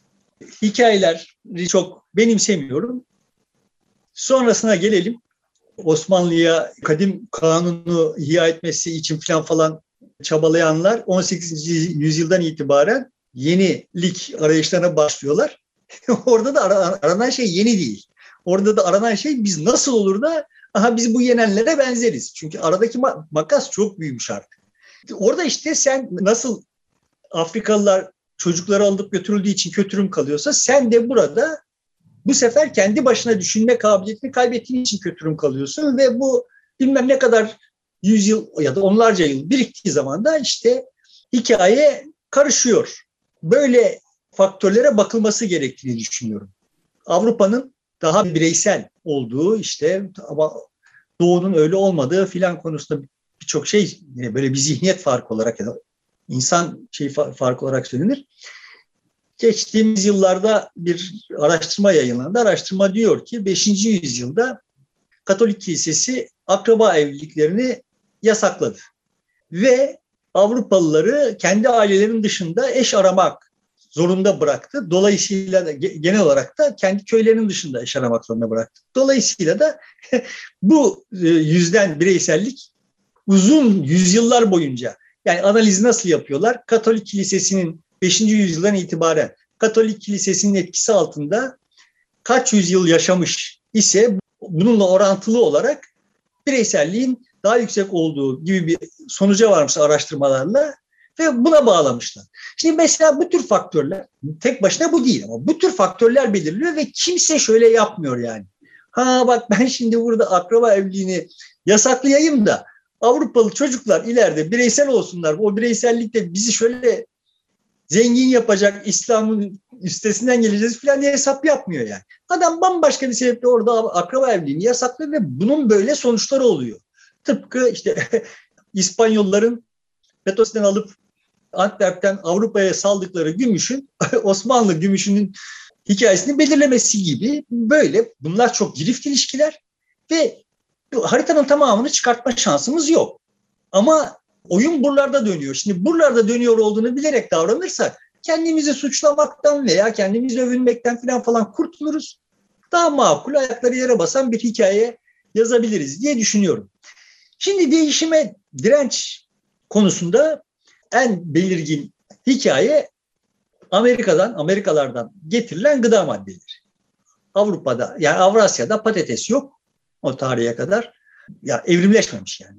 hikayeleri çok benimsemiyorum. Sonrasına gelelim. Osmanlı'ya kadim kanunu ihya etmesi için falan çabalayanlar 18. yüzyıldan itibaren yenilik arayışlarına başlıyorlar. Orada da aranan şey yeni değil. Orada da aranan şey biz nasıl olur da biz bu yenenlere benzeriz. Çünkü aradaki makas çok büyümüş artık. Orada işte sen nasıl Afrikalılar çocukları alıp götürüldüğü için kötürüm kalıyorsa sen de burada bu sefer kendi başına düşünme kabiliyetini kaybettiğin için kötürüm kalıyorsun ve bu bilmem ne kadar yüzyıl ya da onlarca yıl biriktiği zaman da işte hikaye karışıyor. Böyle faktörlere bakılması gerektiğini düşünüyorum. Avrupa'nın daha bireysel olduğu işte ama Doğu'nun öyle olmadığı filan konusunda birçok şey yine böyle bir zihniyet farkı olarak ya da insan farkı olarak söylenir. Geçtiğimiz yıllarda bir araştırma yayınlandı. Araştırma diyor ki 5. yüzyılda Katolik Kilisesi akraba evliliklerini yasakladı. Ve Avrupalıları kendi ailelerinin dışında eş aramak zorunda bıraktı. Dolayısıyla da genel olarak da kendi köylerinin dışında eş aramak zorunda bıraktı. Dolayısıyla da bu yüzden bireysellik uzun yüzyıllar boyunca, yani analizi nasıl yapıyorlar? Katolik Kilisesi'nin 5. yüzyıldan itibaren Katolik Kilisesi'nin etkisi altında kaç yüzyıl yaşamış ise bununla orantılı olarak bireyselliğin daha yüksek olduğu gibi bir sonuca varmış araştırmalarla ve buna bağlamışlar. Şimdi mesela bu tür faktörler, tek başına bu değil ama bu tür faktörler belirliyor ve kimse şöyle yapmıyor yani. Bak ben şimdi burada akraba evliliğini yasaklayayım da Avrupalı çocuklar ileride bireysel olsunlar. O bireysellikte bizi şöyle zengin yapacak, İslam'ın üstesinden geleceğiz falan diye hesap yapmıyor yani. Adam bambaşka bir sebeple orada akraba evliliğini yasaklıyor ve bunun böyle sonuçları oluyor. Tıpkı işte İspanyolların Petos'tan alıp Antwerp'ten Avrupa'ya saldıkları gümüşün, Osmanlı gümüşünün hikayesini belirlemesi gibi böyle. Bunlar çok girift ilişkiler ve haritanın tamamını çıkartma şansımız yok. Ama oyun buralarda dönüyor. Şimdi buralarda dönüyor olduğunu bilerek davranırsak kendimizi suçlamaktan veya kendimizi övünmekten falan kurtuluruz. Daha makul, ayakları yere basan bir hikaye yazabiliriz diye düşünüyorum. Şimdi değişime direnç konusunda en belirgin hikaye Amerikalardan getirilen gıda maddeleri. Avrupa'da, yani Avrasya'da patates yok o tarihe kadar. Ya evrimleşmemiş yani.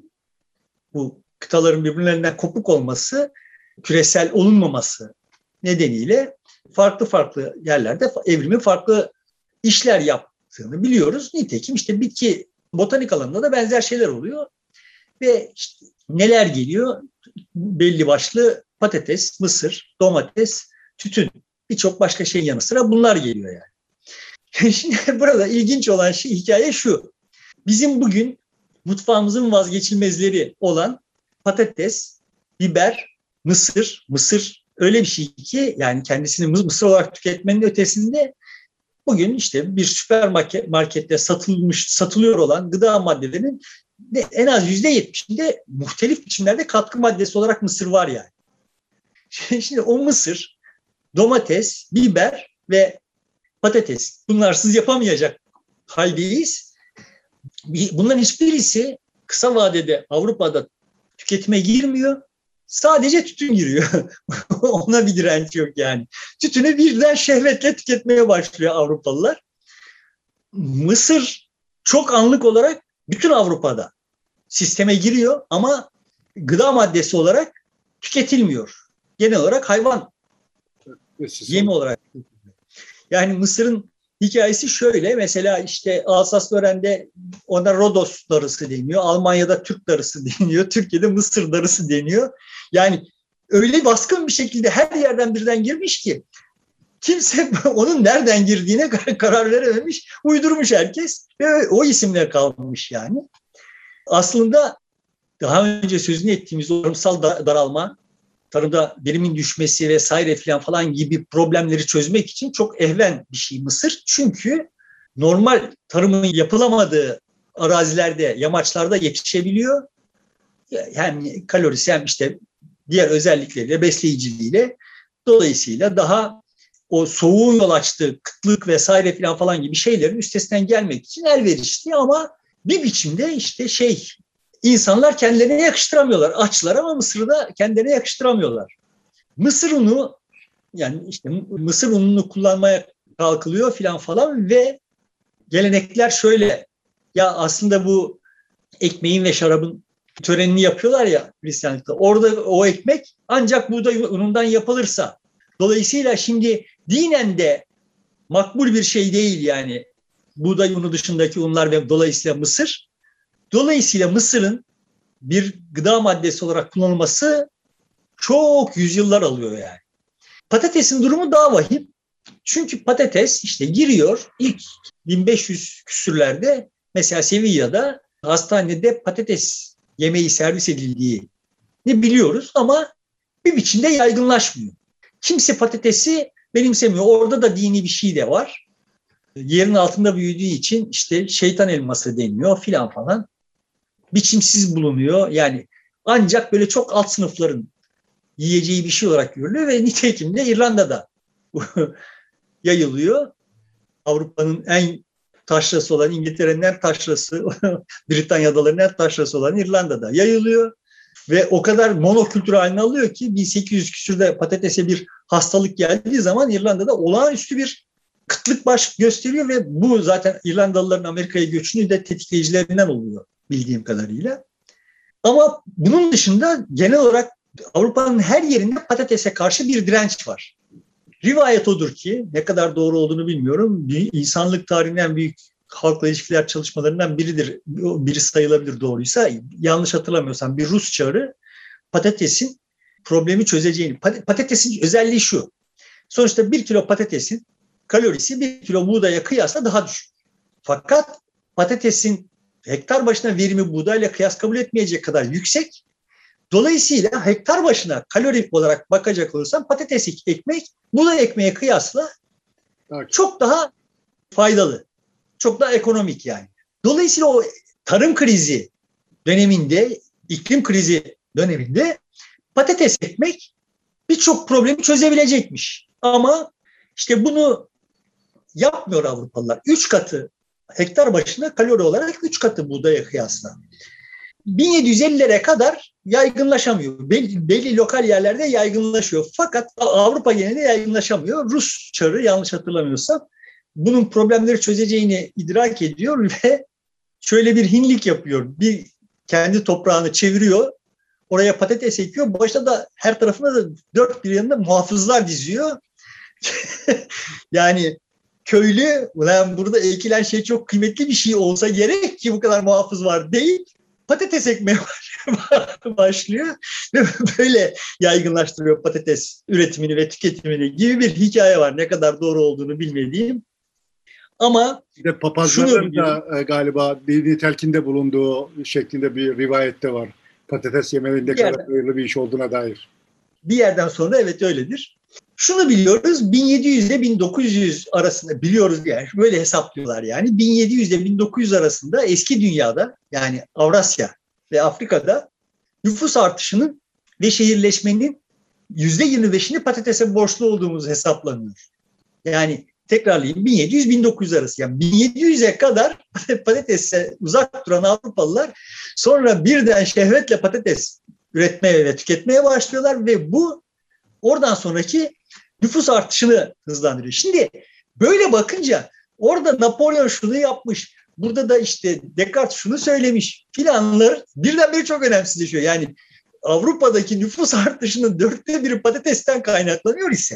Bu kıtaların birbirlerinden kopuk olması, küresel olunmaması nedeniyle farklı yerlerde evrimin farklı işler yaptığını biliyoruz. Nitekim işte bitki botanik alanında da benzer şeyler oluyor. Ve işte neler geliyor? Belli başlı patates, mısır, domates, tütün, birçok başka şeyin yanı sıra bunlar geliyor yani. Şimdi burada ilginç olan hikaye şu. Bizim bugün mutfağımızın vazgeçilmezleri olan patates, biber, mısır öyle bir şey ki yani kendisini mısır olarak tüketmenin ötesinde bugün işte bir süpermarkette satılıyor olan gıda maddelerinin en az %70'inde muhtelif biçimlerde katkı maddesi olarak mısır var yani. Şimdi o mısır, domates, biber ve patates bunlarsız yapamayacak haldeyiz. Bunların hiçbirisi kısa vadede Avrupa'da tüketime girmiyor. Sadece tütün giriyor. Ona bir direnç yok yani. Tütünü birden şehvetle tüketmeye başlıyor Avrupalılar. Mısır çok anlık olarak bütün Avrupa'da sisteme giriyor ama gıda maddesi olarak tüketilmiyor. Genel olarak hayvan yemi olarak. Yani Mısır'ın hikayesi şöyle. Mesela işte Alsas-Lorraine'de ona Rodos darısı deniyor. Almanya'da Türk darısı deniyor. Türkiye'de Mısır darısı deniyor. Yani öyle baskın bir şekilde her yerden birden girmiş ki kimse onun nereden girdiğine karar verememiş. Uydurmuş herkes ve o isimler kalmış yani. Aslında daha önce sözünü ettiğimiz tarımsal daralma, tarımda verimin düşmesi vesaire falan gibi problemleri çözmek için çok ehven bir şey Mısır. Çünkü normal tarımın yapılamadığı arazilerde, yamaçlarda yetişebiliyor. Hem kalorisi hem işte diğer özellikleriyle, besleyiciliğiyle dolayısıyla daha o soğuğun yol açtığı kıtlık vesaire falan gibi şeylerin üstesinden gelmek için elverişli ama bir biçimde işte insanlar kendilerine yakıştıramıyorlar. Açlar ama Mısır'da kendilerine yakıştıramıyorlar. Mısır unu yani işte mısır ununu kullanmaya kalkılıyor falan ve gelenekler şöyle ya aslında bu ekmeğin ve şarabın törenini yapıyorlar ya Hristiyanlıkta. Orada o ekmek ancak buğday unundan yapılırsa dolayısıyla şimdi dinen de makbul bir şey değil yani buğday unu dışındaki unlar ve dolayısıyla mısır. Dolayısıyla mısırın bir gıda maddesi olarak kullanılması çok yüzyıllar alıyor yani. Patatesin durumu daha vahim. Çünkü patates işte giriyor ilk 1500 küsürlerde mesela Sevilla'da hastanede patates yemeği servis edildiğini biliyoruz ama bir biçimde yaygınlaşmıyor. Kimse patatesi benimsemiyor. Orada da dini bir şey de var. Yerin altında büyüdüğü için işte şeytan elması deniliyor falan. Biçimsiz bulunuyor. Yani ancak böyle çok alt sınıfların yiyeceği bir şey olarak görülüyor ve nitekim de İrlanda'da yayılıyor. Avrupa'nın en taşrası olan İngiltere'nin en taşrası, Britanya adalarının en taşrası olan İrlanda'da yayılıyor. Ve o kadar monokültür haline alıyor ki 1800 küsürde patatese bir hastalık geldiği zaman İrlanda'da olağanüstü bir kıtlık baş gösteriyor ve bu zaten İrlandalıların Amerika'ya göçünü de tetikleyicilerinden oluyor bildiğim kadarıyla. Ama bunun dışında genel olarak Avrupa'nın her yerinde patatese karşı bir direnç var. Rivayet odur ki ne kadar doğru olduğunu bilmiyorum. İnsanlık tarihinin en büyük halkla ilişkiler çalışmalarından biri sayılabilir doğruysa. Yanlış hatırlamıyorsam bir Rus çarı patatesin problemi çözeceğini. Patatesin özelliği şu. Sonuçta 1 kilo patatesin kalorisi 1 kilo buğdaya kıyasla daha düşük. Fakat patatesin hektar başına verimi buğdayla kıyas kabul etmeyecek kadar yüksek. Dolayısıyla hektar başına kalori olarak bakacak olursan patates ekmek buğday ekmeğe kıyasla çok daha faydalı. Çok daha ekonomik yani. Dolayısıyla o tarım krizi döneminde, iklim krizi döneminde patates ekmek birçok problemi çözebilecekmiş. Ama işte bunu yapmıyor Avrupalılar. 3 katı hektar başına kalori olarak 3 katı buğdaya kıyasla. 1750'lere kadar yaygınlaşamıyor. Belli lokal yerlerde yaygınlaşıyor. Fakat Avrupa genelinde yaygınlaşamıyor. Rus çarı yanlış hatırlamıyorsam bunun problemleri çözeceğini idrak ediyor ve şöyle bir hinlik yapıyor. Bir kendi toprağını çeviriyor. Oraya patates ekiyor. Başta da her tarafına da 4 bir yanında muhafızlar diziyor. Yani köylü, ulan burada ekilen şey çok kıymetli bir şey olsa gerek ki bu kadar muhafız var değil. Patates ekmeye başlıyor ve böyle yaygınlaştırıyor patates üretimini ve tüketimini gibi bir hikaye var. Ne kadar doğru olduğunu bilmediğim. Ama bir de papazların da galiba dini telkinde bulunduğu şeklinde bir rivayette var. Patates yemenin ne kadar hayırlı bir iş olduğuna dair. Bir yerden sonra evet öyledir. Şunu biliyoruz, 1700 ile 1900 arasında biliyoruz yani böyle hesaplıyorlar yani 1700 ile 1900 arasında eski dünyada yani Avrasya ve Afrika'da nüfus artışının ve şehirleşmenin %25'ini patatese borçlu olduğumuz hesaplanıyor. Yani tekrarlayayım 1700-1900 arası yani 1700'e kadar patatese uzak duran Avrupalılar sonra birden şehvetle patates üretmeye ve tüketmeye başlıyorlar ve bu oradan sonraki nüfus artışını hızlandırıyor. Şimdi böyle bakınca orada Napolyon şunu yapmış, burada da işte Descartes şunu söylemiş filanlar birdenbire çok önemsizleşiyor. Yani Avrupa'daki nüfus artışının 1/4 patatesten kaynaklanıyor ise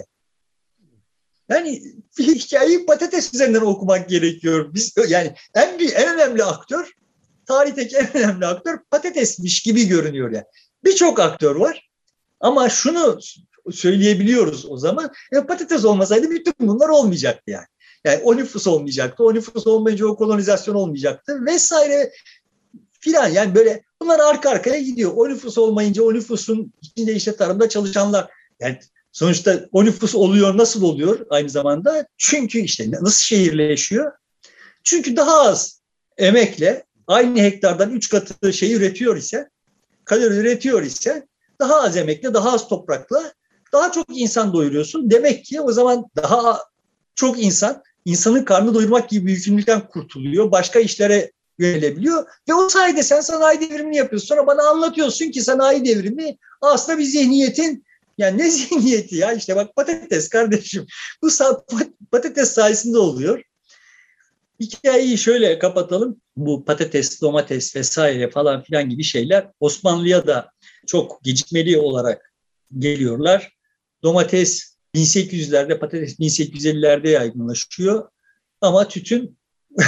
yani bir hikayeyi patates üzerinden okumak gerekiyor. Biz yani en önemli aktör, tarihteki en önemli aktör patatesmiş gibi görünüyor yani. Birçok aktör var ama şunu söyleyebiliyoruz o zaman. Patates olmasaydı bütün bunlar olmayacaktı yani. Yani o nüfus olmayacaktı. O nüfus olmayınca o kolonizasyon olmayacaktı vesaire filan. Yani böyle bunlar arka arkaya gidiyor. O nüfus olmayınca o nüfusun içinde işte tarımda çalışanlar yani sonuçta o nüfus oluyor. Nasıl oluyor aynı zamanda? Çünkü işte nasıl şehirleşiyor? Çünkü daha az emekle aynı hektardan 3 katı şey üretiyor ise kalori üretiyor ise daha az emekle daha az toprakla daha çok insan doyuruyorsun. Demek ki o zaman daha çok insanın karnını doyurmak gibi bir yükümlülükten kurtuluyor. Başka işlere yönelebiliyor. Ve o sayede sen sanayi devrimini yapıyorsun. Sonra bana anlatıyorsun ki sanayi devrimi aslında bir zihniyetin yani ne zihniyeti ya işte bak patates kardeşim. Bu patates sayesinde oluyor. Hikayeyi şöyle kapatalım. Bu patates, domates vesaire falan filan gibi şeyler Osmanlı'ya da çok gecikmeli olarak geliyorlar. Domates 1800'lerde, patates 1850'lerde yaygınlaşıyor. Ama tütün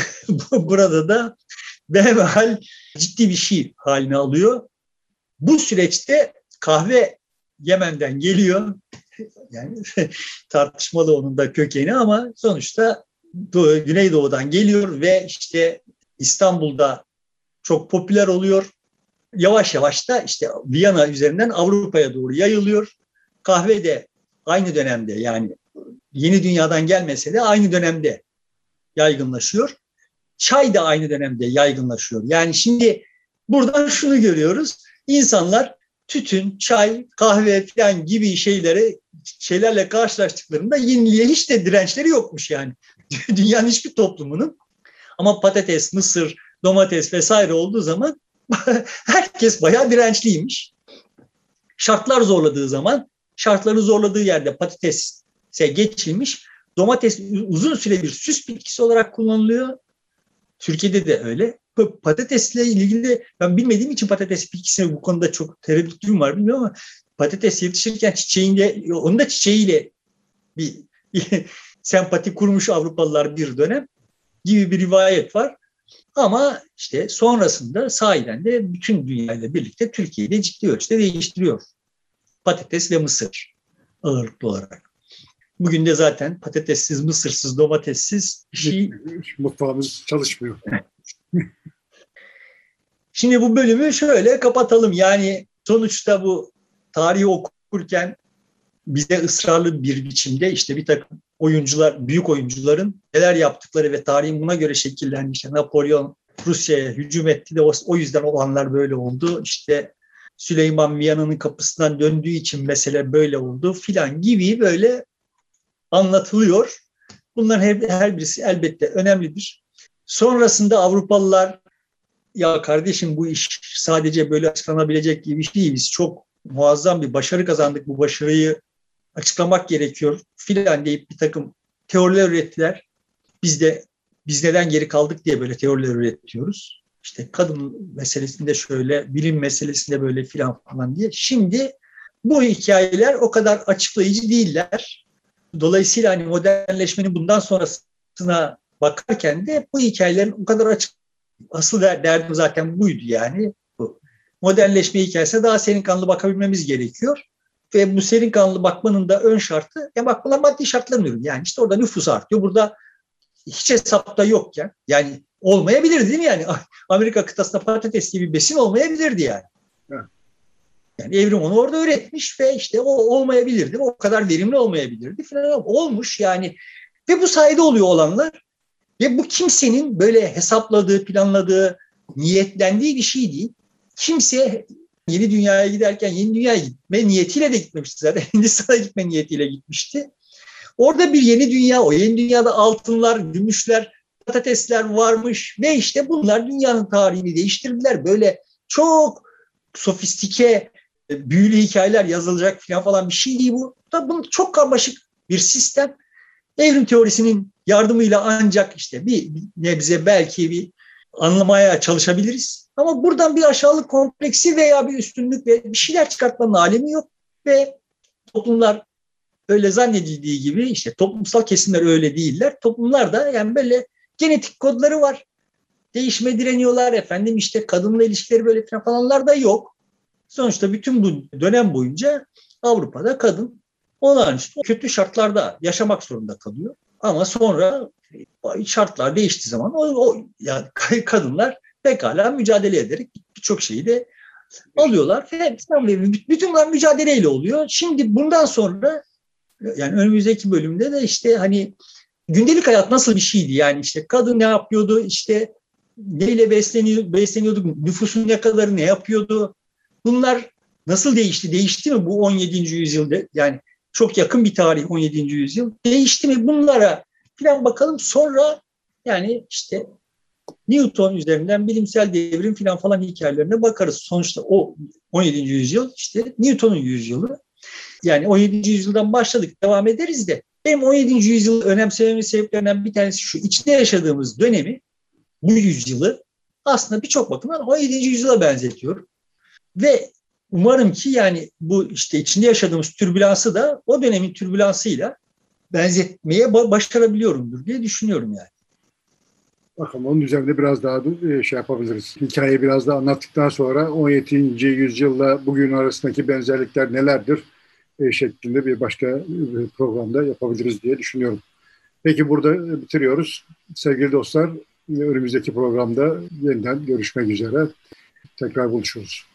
burada da behemhal ciddi bir şey haline alıyor. Bu süreçte kahve Yemen'den geliyor. Yani tartışmalı onun da kökeni ama sonuçta Güneydoğu'dan geliyor ve işte İstanbul'da çok popüler oluyor. Yavaş yavaş da işte Viyana üzerinden Avrupa'ya doğru yayılıyor. Kahve de aynı dönemde yani yeni dünyadan gelmese de aynı dönemde yaygınlaşıyor. Çay da aynı dönemde yaygınlaşıyor. Yani şimdi buradan şunu görüyoruz. İnsanlar tütün, çay, kahve falan gibi şeylerle karşılaştıklarında yeniliğe hiç de dirençleri yokmuş yani. Dünyanın hiçbir toplumunun. Ama patates, mısır, domates vesaire olduğu zaman herkes bayağı dirençliymiş. Şartlar zorladığı zaman, şartları zorladığı yerde patatese geçilmiş. Domates uzun süre bir süs bitkisi olarak kullanılıyor. Türkiye'de de öyle. Patatesle ilgili ben bilmediğim için patates bitkisine bu konuda çok tereddütüm var bilmiyorum ama patates yetişirken onun da çiçeğiyle bir sempati kurmuş Avrupalılar bir dönem. gibi bir rivayet var. Ama işte sonrasında sahiden de bütün dünyayla birlikte Türkiye'de ciddi ölçüde değiştiriyor. Patates ve mısır ağırlıklı olarak. Bugün de zaten patatessiz, mısırsız, domatessiz bir şey. Mutfağımız çalışmıyor. Şimdi bu bölümü şöyle kapatalım. Yani sonuçta bu tarihi okurken bize ısrarlı bir biçimde işte bir takım oyuncular, büyük oyuncuların neler yaptıkları ve tarihin buna göre şekillendi. İşte Napolyon Rusya'ya hücum etti de o yüzden olanlar böyle oldu. İşte Süleyman Viyana'nın kapısından döndüğü için mesele böyle oldu filan gibi böyle anlatılıyor. Bunların her birisi elbette önemlidir. Sonrasında Avrupalılar ya kardeşim bu iş sadece böyle açıklanabilecek gibi bir şey değil. Biz çok muazzam bir başarı kazandık. Bu başarıyı açıklamak gerekiyor filan deyip bir takım teoriler ürettiler. Biz neden geri kaldık diye böyle teoriler üretiyoruz. İşte kadın meselesinde şöyle, bilim meselesinde böyle filan falan diye. Şimdi bu hikayeler o kadar açıklayıcı değiller. Dolayısıyla hani modernleşmenin bundan sonrasına bakarken de bu hikayelerin o kadar açık. Asıl derdim zaten buydu yani. Bu modernleşme hikayesine daha serin kanlı bakabilmemiz gerekiyor. Ve bu serin kanlı bakmanın da ön şartı bakmalar maddi şartların ürünü. Yani işte orada nüfus artıyor. Burada hiç hesapta yokken yani olmayabilir değil mi yani? Amerika kıtasında patates gibi bir besin olmayabilirdi yani. Evet. Yani evrim onu orada üretmiş ve işte o olmayabilirdi. O kadar verimli olmayabilirdi falan. Olmuş yani. Ve bu sayede oluyor olanlar. Ve bu kimsenin böyle hesapladığı, planladığı, niyetlendiği bir şey değil. Kimse yeni dünyaya giderken yeni dünyaya gitme niyetiyle de gitmemişti zaten. Hindistan'a gitme niyetiyle gitmişti. Orada bir yeni dünya, o yeni dünyada altınlar, gümüşler, patatesler varmış ve işte bunlar dünyanın tarihini değiştirdiler. Böyle çok sofistike, büyülü hikayeler yazılacak falan bir şey değil bu. Bu çok karmaşık bir sistem. Evrim teorisinin yardımıyla ancak işte bir nebze belki bir anlamaya çalışabiliriz. Ama buradan bir aşağılık kompleksi veya bir üstünlük ve bir şeyler çıkartmanın alemi yok. Ve toplumlar öyle zannedildiği gibi işte toplumsal kesimler öyle değiller. Toplumlar da yani böyle genetik kodları var. Değişime direniyorlar efendim işte kadınla ilişkileri böyle falanlar da yok. Sonuçta bütün bu dönem boyunca Avrupa'da kadın olağanüstü kötü şartlarda yaşamak zorunda kalıyor. Ama sonra şartlar değiştiği zaman yani kadınlar pekala mücadele ederek birçok şeyi de alıyorlar. Bütün bunlar mücadeleyle oluyor. Şimdi bundan sonra yani önümüzdeki bölümde de işte hani gündelik hayat nasıl bir şeydi? Yani işte kadın ne yapıyordu? İşte neyle besleniyordu? Nüfusun ne kadarı ne yapıyordu? Bunlar nasıl değişti? Değişti mi bu 17. yüzyılda? Yani çok yakın bir tarih 17. yüzyıl. Değişti mi? Bunlara falan bakalım. Sonra yani işte Newton üzerinden bilimsel devrim falan hikayelerine bakarız. Sonuçta o 17. yüzyıl işte Newton'un yüzyılı. Yani 17. yüzyıldan başladık, devam ederiz de benim 17. yüzyılı önemsememin sebeplerinden bir tanesi şu. İçinde yaşadığımız dönemi, bu yüzyılı aslında birçok bakımdan 17. yüzyıla benzetiyorum. Ve umarım ki yani bu işte içinde yaşadığımız türbülansı da o dönemin türbülansıyla benzetmeye başarabiliyorumdur diye düşünüyorum yani. Bakalım onun üzerinde biraz daha şey yapabiliriz. Hikayeyi biraz daha anlattıktan sonra 17. yüzyılla bugün arasındaki benzerlikler nelerdir şeklinde bir başka programda yapabiliriz diye düşünüyorum. Peki burada bitiriyoruz. Sevgili dostlar, önümüzdeki programda yeniden görüşmek üzere. Tekrar buluşuruz.